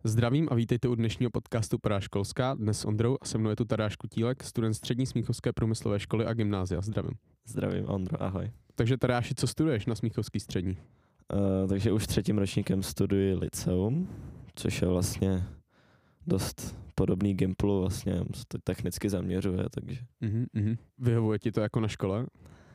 Zdravím a vítejte u dnešního podcastu Poráž školská. Dnes s Ondrou a se mnou je tu Tadáš Kutílek, student Střední Smíchovské průmyslové školy a gymnázia. Zdravím. Zdravím, Ondro, ahoj. Takže Tadáši, co studuješ na Smíchovský střední? Takže už 3. ročníkem studuji lyceum, což je vlastně dost podobný Gimplu, vlastně se to technicky zaměřuje, takže... Vyhovuje ti to jako na škole?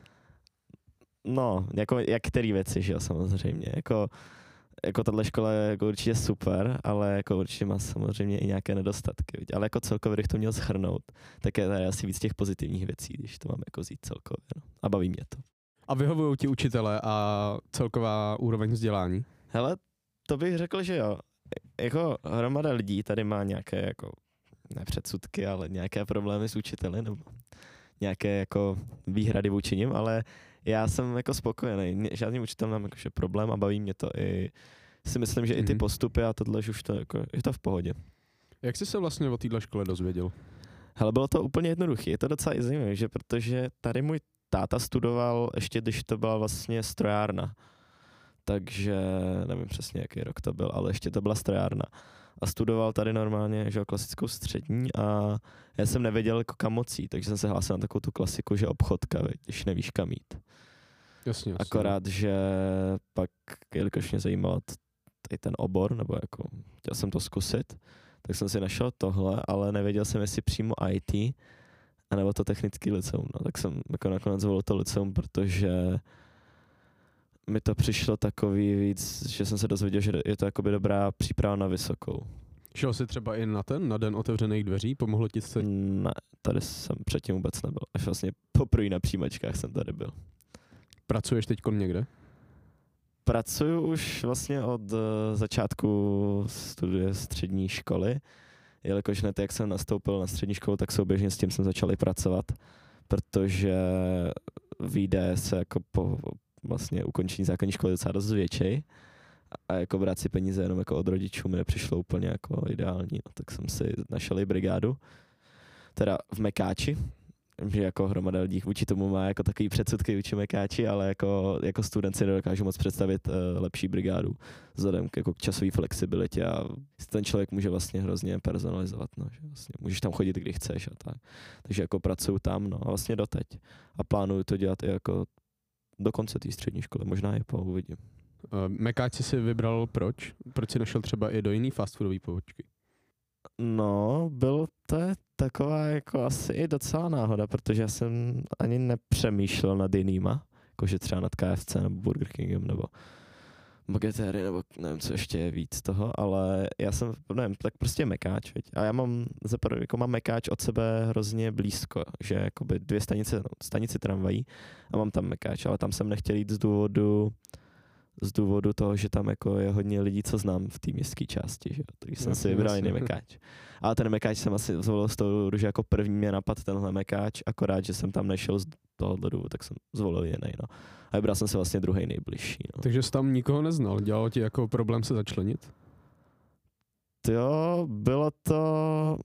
No, jak který věci, že jo, samozřejmě. Jako tahle škola je jako určitě super, ale jako určitě má samozřejmě i nějaké nedostatky. Ale jako celkově, když to měl shrnout, tak je tady asi víc těch pozitivních věcí, když to mám jako vzít celkově. No. A baví mě to. A vyhovují ti učitele a celková úroveň vzdělání? Hele, to bych řekl, že jo. Jako hromada lidí tady má nějaké jako, ne předsudky, ale nějaké problémy s učiteli, nebo nějaké jako výhrady vůči nim, ale já jsem jako spokojený. Žádný učitel nemám jakože problém a baví mě to i, si myslím, že i ty postupy a tohle už to jako, je to v pohodě. Jak jsi se vlastně o této škole dozvěděl? Hele, bylo to úplně jednoduché. Je to docela i zajímavé, že protože tady můj táta studoval ještě, když to byla vlastně strojárna. Takže nevím přesně, jaký rok to byl, ale ještě to byla strojárna. A studoval tady normálně, že klasickou střední a já jsem nevěděl, jako kam moc jít, takže jsem se hlásil na takovou tu klasiku, že obchodka, když nevíš kam jít. Jasně. Akorát, že pak, jelikož mě zajímal tady ten obor, nebo jako chtěl jsem to zkusit, tak jsem si našel tohle, ale nevěděl jsem, jestli přímo IT, anebo to technický lyceum. No, tak jsem jako nakonec zvolil to lyceum, protože mi to přišlo takový víc, že jsem se dozvěděl, že je to jakoby dobrá příprava na vysokou. Šel jsi třeba i na den otevřených dveří? Pomohlo ti se? Ne, tady jsem předtím vůbec nebyl. Až vlastně poprvé na přijímačkách jsem tady byl. Pracuješ teďko někde? Pracuju už vlastně od začátku studia střední školy, jelikož hned jak jsem nastoupil na střední školu, tak souběžně s tím jsem začal i pracovat, protože výdaje se jako po vlastně ukončení základní školy docela dost zvětšej a jako brát si peníze jenom jako od rodičů mi nepřišlo úplně jako ideální, no, tak jsem si našel i brigádu, teda v Mekáči, že jako hromada lidí vůči tomu má jako takový předsudky vůči Mekáči, ale jako student si nedokážu moc představit lepší brigádu vzhledem jako k časové flexibilitě a ten člověk může vlastně hrozně personalizovat, no, že vlastně můžeš tam chodit, kdy chceš a tak. Takže jako pracuju tam, no a vlastně doteď a plánuju to dělat i jako do konce té střední školy, možná i uvidím. Mekáč si vybral proč? Proč jsi nešel třeba i do jiný fast foodový pobočky? No, bylo to taková jako asi i docela náhoda, protože já jsem ani nepřemýšlel nad jinýma, jakože třeba nad KFC nebo Burger Kingem nebo Bagetéry nebo nevím, co ještě je víc toho, ale já jsem, nevím, tak prostě Mekáč, veď. A já mám Mekáč od sebe hrozně blízko, že jakoby 2 stanice tramvají a mám tam Mekáč, ale tam jsem nechtěl jít z důvodu toho, že tam jako je hodně lidí, co znám v té městské části, že? Takže jsem si vybral jiný Mekáč. Ale ten Mekáč jsem asi zvolil z toho, že jako první mě napadl tenhle Mekáč, akorát, že jsem tam nešel z tohohle důvodu, tak jsem zvolil jiný, no. A vybral jsem se vlastně druhý nejbližší, no. Takže jsi tam nikoho neznal, dělalo ti jako problém se začlenit? Jo, bylo to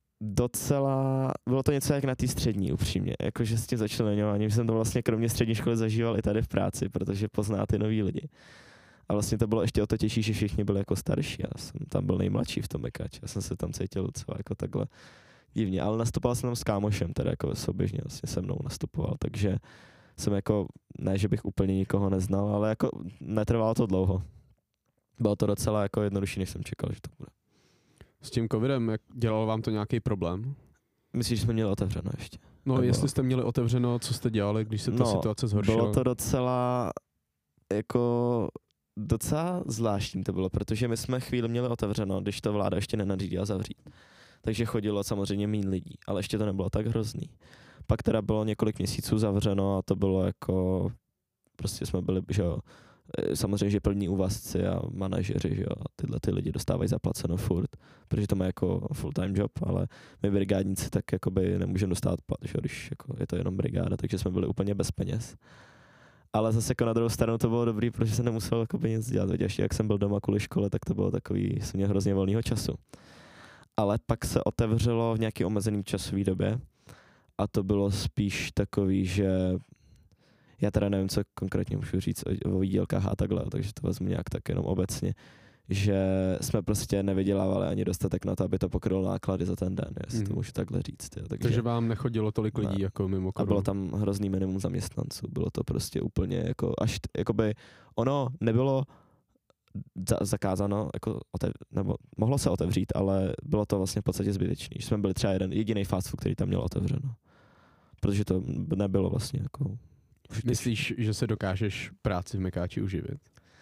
něco jak na té střední, upřímně, jakože s tím začleňováním, že jsem to vlastně kromě střední školy zažíval i tady v práci, protože pozná ty nový lidi. A vlastně to bylo ještě o to těžší, že všichni byli jako starší, já jsem tam byl nejmladší v tom Mekáči, já jsem se tam cítil docela jako takhle divně, ale nastupoval jsem tam s kámošem, teda jako souběžně vlastně se mnou nastupoval, takže jsem jako, ne, že bych úplně nikoho neznal, ale jako netrvalo to dlouho. Bylo to docela jako jednodušší, než jsem čekal, že to bude. S tím covidem, jak dělal vám to nějaký problém? Myslíš, že jsme měli otevřeno ještě? No, nebo... jestli jste měli otevřeno, co jste dělali, když se ta situace zhoršila? Bylo to docela docela zvláštní to bylo, protože my jsme chvíli měli otevřeno, když to vláda ještě nenařídila zavřít. Takže chodilo samozřejmě méně lidí, ale ještě to nebylo tak hrozný. Pak teda bylo několik měsíců zavřeno a to bylo jako, prostě jsme byli, že jo, samozřejmě, že plní úvazci a manažeři, že jo, a tyhle ty lidi dostávají zaplaceno furt, protože to má jako full-time job, ale my brigádníci tak jakoby nemůžeme dostat plat, že jo, když jako je to jenom brigáda, takže jsme byli úplně bez peněz. Ale zase jako na druhou stranu to bylo dobrý, protože jsem nemusel jakoby nic dělat, ještě jak jsem byl doma kvůli škole, tak to bylo takový, jsem měl hrozně volného času. Ale pak se otevřelo v nějaký omezený časové době a to bylo spíš takový, že já teda nevím, co konkrétně můžu říct o výdělkách a takhle, takže to vezmu nějak tak jenom obecně, že jsme prostě nevydělávali ani dostatek na to, aby to pokrylo náklady za ten den, jestli to můžu takhle říct. Jo. Takže vám nechodilo tolik lidí jako mimo korunu. A bylo tam hrozný minimum zaměstnanců, bylo to prostě úplně jako až, jakoby ono nebylo zakázáno, jako nebo mohlo se otevřít, ale bylo to vlastně v podstatě zbytečný, že jsme byli třeba jediný fast food, který tam měl otevřeno. Protože to nebylo vlastně jako... Myslíš, že se dokážeš práci v Mekáči uživit?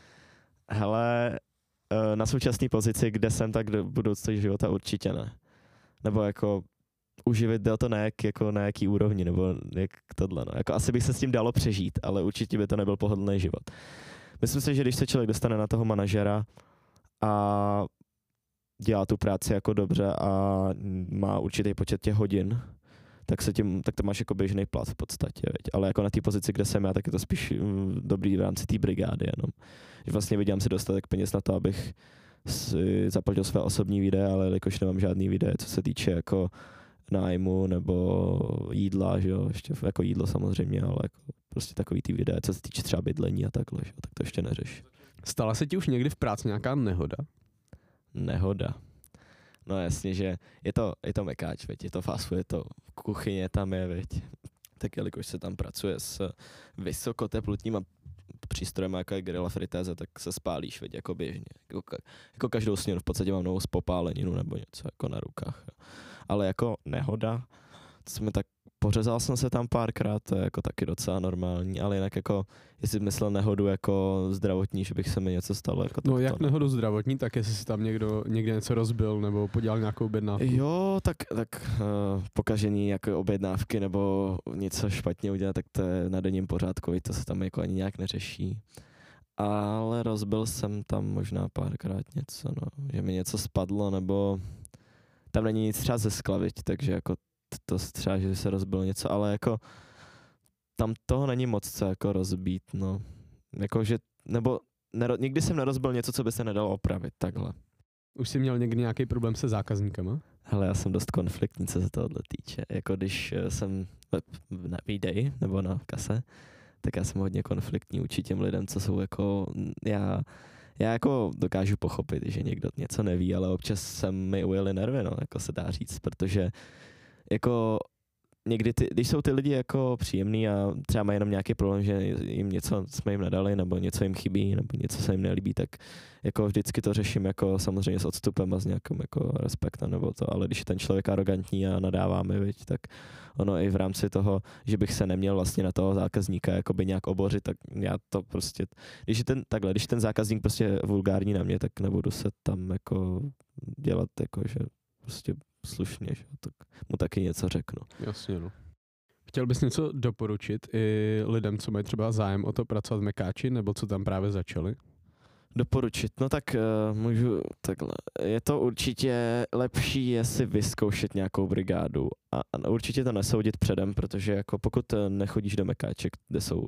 Hele, na současné pozici, kde jsem, tak do budoucnosti života určitě ne. Nebo jako uživit, jde to na jaký úrovni, nebo jak tohle. No. Jako asi bych se s tím dalo přežít, ale určitě by to nebyl pohodlný život. Myslím si, že když se člověk dostane na toho manažera a dělá tu práci jako dobře a má určitý počet těch hodin, tak to máš jako běžný plat v podstatě, veď. Ale jako na té pozici, kde jsem já, tak je to spíš dobrý v rámci té brigády jenom. Že vlastně vydělám si dostatek peněz na to, abych si zaplatil své osobní výdaje, ale jakož nemám žádný výdaje, co se týče jako nájmu nebo jídla, že jo, ještě jako jídlo samozřejmě, ale jako prostě takový ty videa, co se týče třeba bydlení a takhle, že? Tak to ještě neřeš. Stala se ti už někdy v práci nějaká nehoda? Nehoda. No jasně, že je to Mekáč, veď, je to fast food, je to kuchyně tam je, veď. Tak jelikož se tam pracuje s vysokoteplotníma přístrojem, jako je grill a fritéze, tak se spálíš, veď, jako běžně. Jako každou směnu v podstatě mám novou spopáleninu nebo něco jako na rukách. Jo. Ale jako nehoda, pořezal jsem se tam párkrát, to je jako taky docela normální, ale jinak jako, jestli myslel nehodu jako zdravotní, že bych se mi něco stalo. Jako no jak nehodu zdravotní, tak jestli si tam někde něco rozbil nebo podělal nějakou objednávku. Jo, tak pokažení jako objednávky nebo něco špatně udělat, tak to je na denním pořádku, to se tam jako ani nějak neřeší. Ale rozbil jsem tam možná párkrát něco, no, že mi něco spadlo, nebo tam není nic třeba ze skla, takže jako to třeba, že se rozbilo něco, ale jako tam toho není moc co jako rozbít, no. Jako, že, nebo nikdy jsem nerozbil něco, co by se nedalo opravit, takhle. Už jsi měl někdy nějaký problém se zákazníkama? Hele, já jsem dost konfliktní, co se tohohle týče. Jako když jsem na výdeji nebo na kase, tak já jsem hodně konfliktní vůči těm lidem, co jsou jako, já jako dokážu pochopit, že někdo něco neví, ale občas se mi ujeli nervy, no, jako se dá říct, protože jako někdy když jsou ty lidi jako příjemný a třeba mají jenom nějaký problém, že jim něco jsme jim nedali, nebo něco jim chybí, nebo něco se jim nelíbí, tak jako vždycky to řeším jako samozřejmě s odstupem a s nějakým jako respektem nebo to, ale když je ten člověk arrogantní a nadává mi, viď, tak ono i v rámci toho, že bych se neměl vlastně na toho zákazníka jakoby nějak obořit, tak já to prostě, když je ten zákazník prostě vulgární na mě, tak nebudu se tam jako dělat jako, že prostě slušně, že? Tak mu taky něco řeknu. Jasně, no. Chtěl bys něco doporučit i lidem, co mají třeba zájem o to pracovat v Mekáči, nebo co tam právě začali? Doporučit? No tak můžu takhle. Je to určitě lepší je si vyzkoušet nějakou brigádu a určitě to nesoudit předem, protože jako pokud nechodíš do Mekáče, kde jsou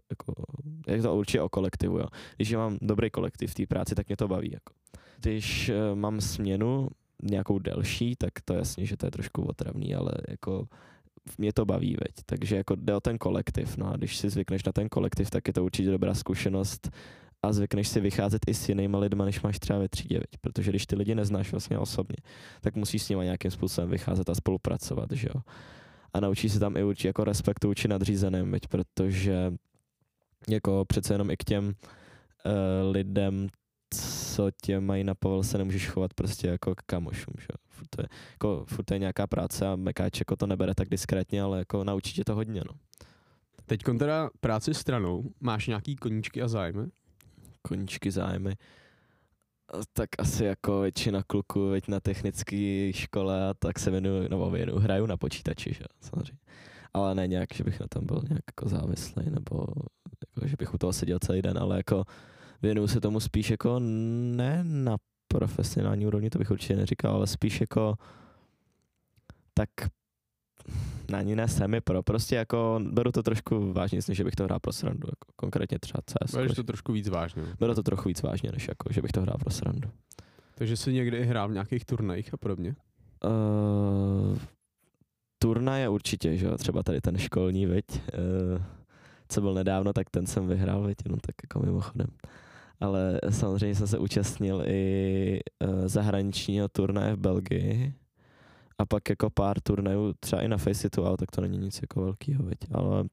je to určitě o kolektivu, jo. Když mám dobrý kolektiv v té práci, tak mě to baví, jako. Když mám směnu nějakou delší, tak to jasně, že to je trošku otravný, ale jako mě to baví, veď. Takže jako jde o ten kolektiv, no a když si zvykneš na ten kolektiv, tak je to určitě dobrá zkušenost a zvykneš si vycházet i s jinýma lidma, než máš třeba ve třídě, veď. Protože když ty lidi neznáš vlastně osobně, tak musíš s nimi nějakým způsobem vycházet a spolupracovat, že jo. A naučíš se tam i určitě jako respektu vůči nadřízeným, veď, protože jako přece jenom i k těm lidem, co tě mají na povel, se nemůžeš chovat prostě jako k kamošům, že? Furt to je nějaká práce a Mekáč jako to nebere tak diskrétně, ale jako naučí tě to hodně, no. Teďkon teda práci stranou, máš nějaký koníčky a zájmy? Koníčky, zájmy? Tak asi jako většina kluků, veď na technické škole a tak se hraju na počítači, že? Samozřejmě. Ale ne nějak, že bych na tom byl nějak jako závislý, nebo jako, že bych u toho seděl celý den, ale jako věnuju se tomu spíš jako ne na profesionální úrovni, to bych určitě neříkal, ale spíš jako tak na ní ne semi-pro, prostě jako beru to trošku vážně, než že bych to hrál pro srandu, jako konkrétně třeba CS. Bereš to trošku víc vážně. Beru to trochu víc vážně, než jako, že bych to hrál pro srandu. Takže jsi někdy i hrál v nějakých turnajích a podobně? Turnaje určitě, že jo, třeba tady ten školní, veď, co byl nedávno, tak ten jsem vyhrál, veď, jenom tak jako mimochodem. Ale samozřejmě jsem se účastnil i zahraničního turnaje v Belgii a pak jako pár turnajů třeba i na Faceitu, ale tak to není nic jako velkýho, veď. Ale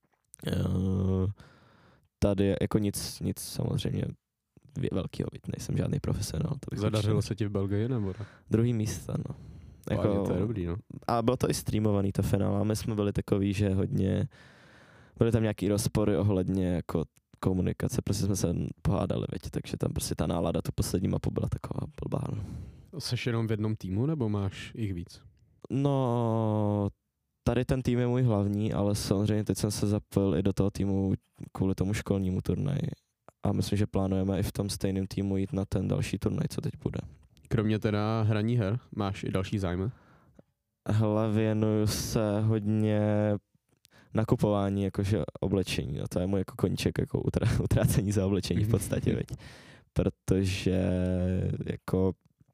tady jako nic samozřejmě velkýho, veď. Nejsem žádný profesionál. Zadařilo se ti v Belgii nebo ne? Druhý místo, no. Jako, to je dobrý, no. A bylo to i streamovaný to finále. A my jsme byli takový, že hodně byly tam nějaký rozpory ohledně jako komunikace, prostě jsme se pohádali, veď, takže tam prostě ta nálada tu poslední mapu byla taková blbá. No. Jseš jenom v jednom týmu, nebo máš jich víc? No, tady ten tým je můj hlavní, ale samozřejmě teď jsem se zapojil i do toho týmu kvůli tomu školnímu turnaji. A myslím, že plánujeme i v tom stejném týmu jít na ten další turnaj, co teď bude. Kromě teda hraní her, máš i další zájmy? Hele, věnuju se hodně nakupování jakože oblečení, no to je můj jako koníček, jako utrácení za oblečení v podstatě, veď. Protože jako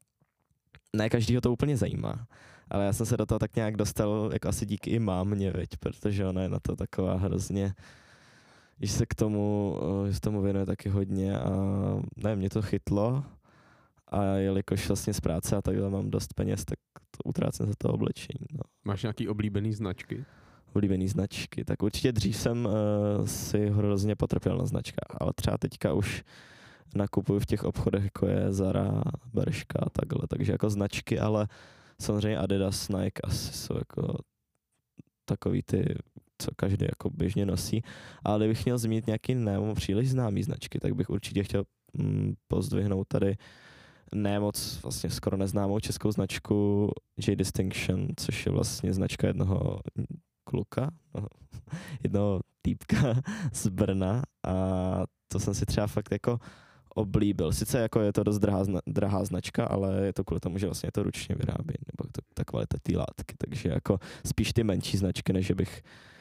ne každýho to úplně zajímá, ale já jsem se do toho tak nějak dostal jako asi díky i mámě, veď, protože ona je na to taková hrozně, že se k tomu věnuje taky hodně a ne, mě to chytlo a jelikož vlastně z práce a takhle mám dost peněz, tak to utrácím za to oblečení, no. Máš nějaký oblíbený značky? Oblíbený značky, tak určitě dřív jsem si hrozně potrpěl na značkách, ale třeba teďka už nakupuju v těch obchodech, jako je Zara, Bershka a takhle, takže jako značky, ale samozřejmě Adidas, Nike asi jsou jako takový ty, co každý jako běžně nosí, ale kdybych měl zmínit nějaký příliš známý značky, tak bych určitě chtěl pozdvihnout tady moc vlastně skoro neznámou českou značku J Distinction, což je vlastně značka jednoho kluka, jednoho týpka z Brna a to jsem si třeba fakt jako oblíbil. Sice jako je to dost drahá značka, ale je to kvůli tomu, že vlastně to ručně vyrábí, nebo ta kvalita té látky, takže jako spíš ty menší značky, než bych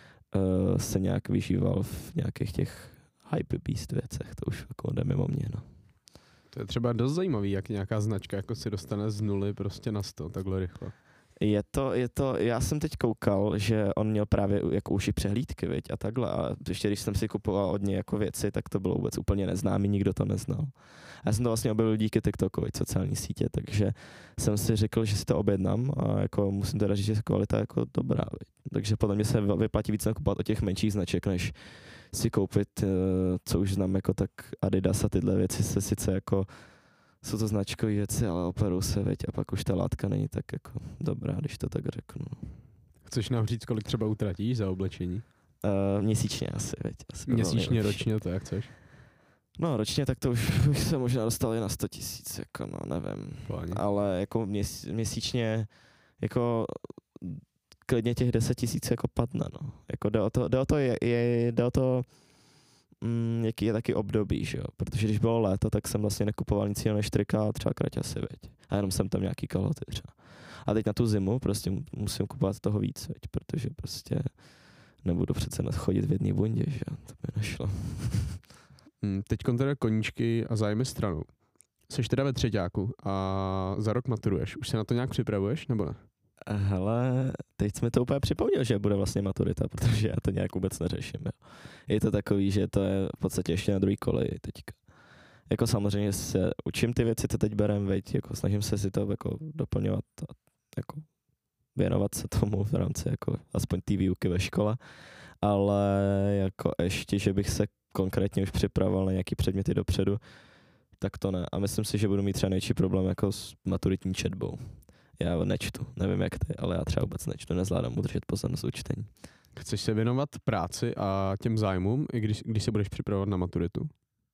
se nějak vyžíval v nějakých těch hype beast věcech, to už jako jde mimo mě, no. To je třeba dost zajímavý, jak nějaká značka jako si dostane z nuly prostě na 100 takhle rychle. Je to, já jsem teď koukal, že on měl právě jako už i přehlídky, viď, a takhle. A ještě když jsem si kupoval od něj jako věci, tak to bylo vůbec úplně neznámý, nikdo to neznal. A já jsem to vlastně objevil díky TikToku, sociální sítě, takže jsem si řekl, že si to objednám a jako musím teda říct, že kvalita je jako dobrá, viď. Takže podle mě se vyplatí víc nakupovat od těch menších značek, než si koupit, co už znám jako tak Adidas a tyhle věci se sice jako jsou to značkové věci, ale operou se, veď, a pak už ta látka není tak jako dobrá, když to tak řeknu. Chceš nám říct, kolik třeba utratíš za oblečení? Měsíčně asi, veď. Asi měsíčně, ročně, to jak chceš? No ročně, tak to už se možná dostal i na 100 000, jako no, nevím. Pláně. Ale jako měsíčně, jako klidně těch 10 000 jako padne, no. Jako jde o to, jaký je taky období, že jo, protože když bylo léto, tak jsem vlastně nekupoval nic jiného než trika a třeba kraťasy, veď. A jenom jsem tam nějaký kalhoty třeba. A teď na tu zimu prostě musím kupovat toho víc, veď, protože prostě nebudu přece chodit v jedné bundě, že jo, to by nešlo. Teďkon teda koníčky a zájmy stranou. Jsi teda ve třeťáku a za rok maturuješ. Už se na to nějak připravuješ, nebo ne? Hele, teď jsi mi to úplně připomněl, že bude vlastně maturita, protože já to nějak vůbec neřeším. Jo. Je to takový, že to je v podstatě ještě na druhý koleji teďka. Jako samozřejmě se učím ty věci, co teď berem, veď, jako snažím se si to jako doplňovat a jako věnovat se tomu v rámci jako aspoň té výuky ve škole, ale jako ještě, že bych se konkrétně už připravoval na nějaký předměty dopředu, tak to ne. A myslím si, že budu mít třeba největší problém jako s maturitní četbou. Já nečtu, nevím jak ty, ale já třeba vůbec nečtu, nezvládám udržet pozornost u čtení. Chceš se věnovat práci a těm zájmům, i když se budeš připravovat na maturitu?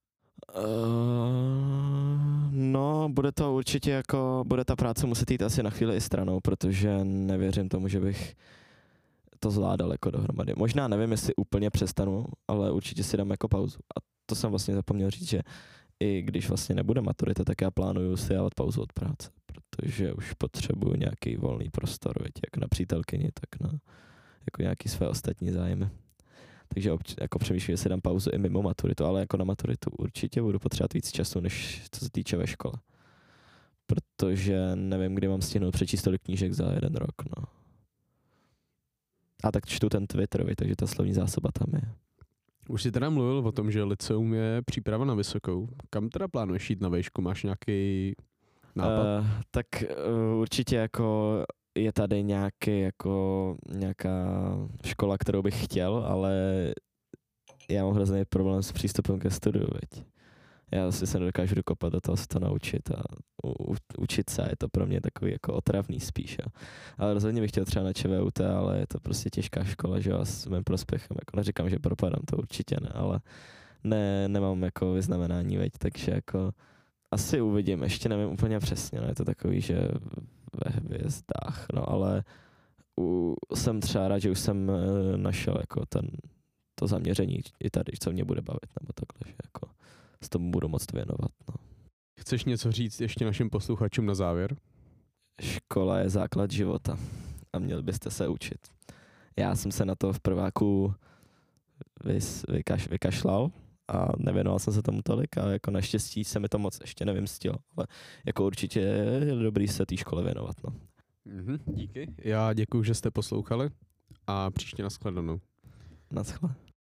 No, bude to určitě jako, bude ta práce muset jít asi na chvíli i stranou, protože nevěřím tomu, že bych to zvládal jako dohromady. Možná nevím, jestli úplně přestanu, ale určitě si dám jako pauzu. A to jsem vlastně zapomněl říct, že i když vlastně nebude maturita, tak já plánuju si dávat pauzu od práce, protože už potřebuju nějaký volný prostor, věď, jak na přítelkyni, tak na jako nějaký své ostatní zájmy. Takže jako přemýšlím, že si dám pauzu i mimo maturitu, ale jako na maturitu určitě budu potřebovat víc času, než co se týče ve škole. Protože nevím, kdy mám stihnout přečíst tolik knížek za jeden rok, no. A tak čtu ten Twitter, takže ta slovní zásoba tam je. Už jsi teda mluvil o tom, že lyceum je příprava na vysokou. Kam teda plánuješ jít na výšku? Máš nějaký nápad? Určitě jako je tady nějaká škola, kterou bych chtěl, ale já mám hrozný problém s přístupem ke studiu, veď. Já si se nedokážu dokopat do toho se to naučit a učit se, je to pro mě takový jako otravný spíš. Jo. Ale rozhodně bych chtěl třeba na ČVUT, ale je to prostě těžká škola, že jo, a s mým prospěchem, jako neříkám, že propadám, to určitě ne, ale nemám jako vyznamenání, veď, takže jako asi uvidím, ještě nevím úplně přesně, no, je to takový, že ve hvězdách, no, ale jsem třeba rád, že už jsem našel jako to zaměření i tady, co mě bude bavit, nebo takhle, že jako s tomu budu moct věnovat. No. Chceš něco říct ještě našim posluchačům na závěr? Škola je základ života a měli byste se učit. Já jsem se na to v prváku vykašlal a nevěnoval jsem se tomu tolik a jako naštěstí se mi to moc ještě nevymstil, ale jako určitě je dobrý se té škole věnovat. No. Díky. Já děkuju, že jste poslouchali a příště nashledanou. Naschle.